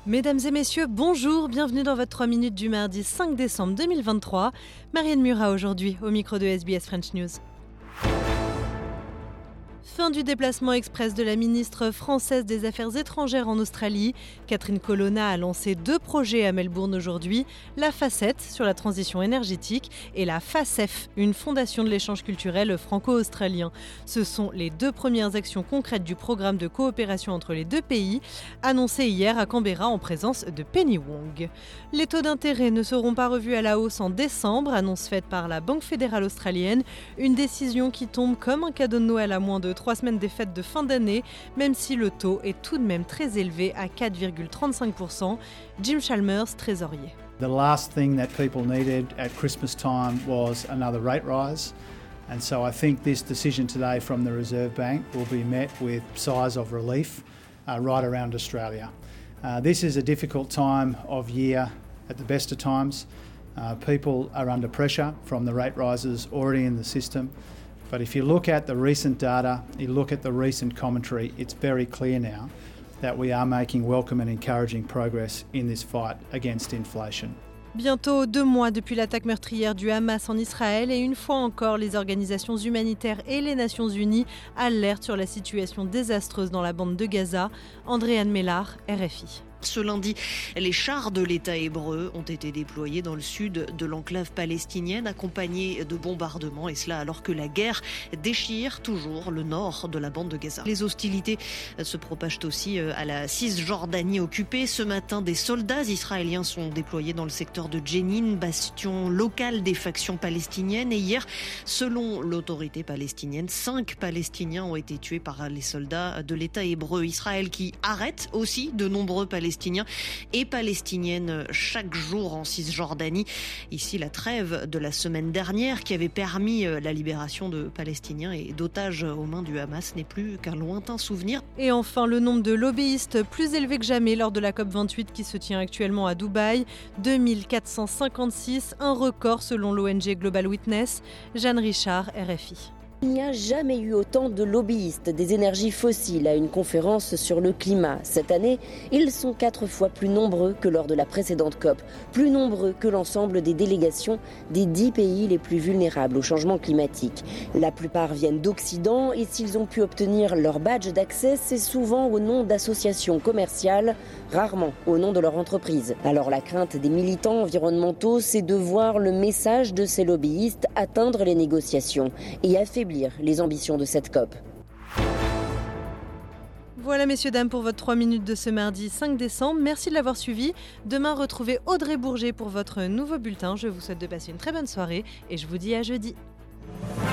Mesdames et messieurs, bonjour, bienvenue dans votre 3 minutes du mardi 5 décembre 2023. Marianne Murat aujourd'hui au micro de SBS French News. Fin du déplacement express de la ministre française des Affaires étrangères en Australie. Catherine Colonna a lancé 2 projets à Melbourne aujourd'hui, la FACET sur la transition énergétique et la FACEF, une fondation de l'échange culturel franco-australien. Ce sont les 2 premières actions concrètes du programme de coopération entre les 2 pays, annoncées hier à Canberra en présence de Penny Wong. Les taux d'intérêt ne seront pas revus à la hausse en décembre, annonce faite par la Banque fédérale australienne, une décision qui tombe comme un cadeau de Noël à moins de 3 semaines des fêtes de fin d'année, même si le taux est tout de même très élevé à 4,35%. Jim Chalmers, trésorier. The last thing that people needed at Christmas time was another rate rise. And so I think this decision today from the Reserve Bank will be met with sighs of relief right around Australia. This is a difficult time of year at the best of times. People are under pressure from the rate rises already in the system. But if you look at the recent data, you look at the recent commentary, it's very clear now that we are making welcome and encouraging progress in this fight against inflation. Bientôt 2 mois depuis l'attaque meurtrière du Hamas en Israël et une fois encore, les organisations humanitaires et les Nations Unies alertent sur la situation désastreuse dans la bande de Gaza. Andréane Mellard, RFI. Ce lundi, les chars de l'État hébreu ont été déployés dans le sud de l'enclave palestinienne, accompagnés de bombardements, et cela alors que la guerre déchire toujours le nord de la bande de Gaza. Les hostilités se propagent aussi à la Cisjordanie occupée. Ce matin, des soldats israéliens sont déployés dans le secteur de Jenin, bastion local des factions palestiniennes. Et hier, selon l'autorité palestinienne, 5 Palestiniens ont été tués par les soldats de l'État hébreu. Israël qui arrête aussi de nombreux Palestiniens et Palestiniennes chaque jour en Cisjordanie. Ici, la trêve de la semaine dernière qui avait permis la libération de Palestiniens et d'otages aux mains du Hamas n'est plus qu'un lointain souvenir. Et enfin, le nombre de lobbyistes plus élevé que jamais lors de la COP28 qui se tient actuellement à Dubaï. 2456, un record selon l'ONG Global Witness. Jeanne Richard, RFI. Il n'y a jamais eu autant de lobbyistes des énergies fossiles à une conférence sur le climat. Cette année, ils sont 4 fois plus nombreux que lors de la précédente COP, plus nombreux que l'ensemble des délégations des 10 pays les plus vulnérables au changement climatique. La plupart viennent d'Occident et s'ils ont pu obtenir leur badge d'accès, c'est souvent au nom d'associations commerciales, rarement au nom de leur entreprise. Alors la crainte des militants environnementaux, c'est de voir le message de ces lobbyistes atteindre les négociations et affaiblir les ambitions de cette COP. Voilà messieurs, dames pour votre 3 minutes de ce mardi 5 décembre. Merci de l'avoir suivi. Demain, retrouvez Audrey Bourget pour votre nouveau bulletin. Je vous souhaite de passer une très bonne soirée et je vous dis à jeudi.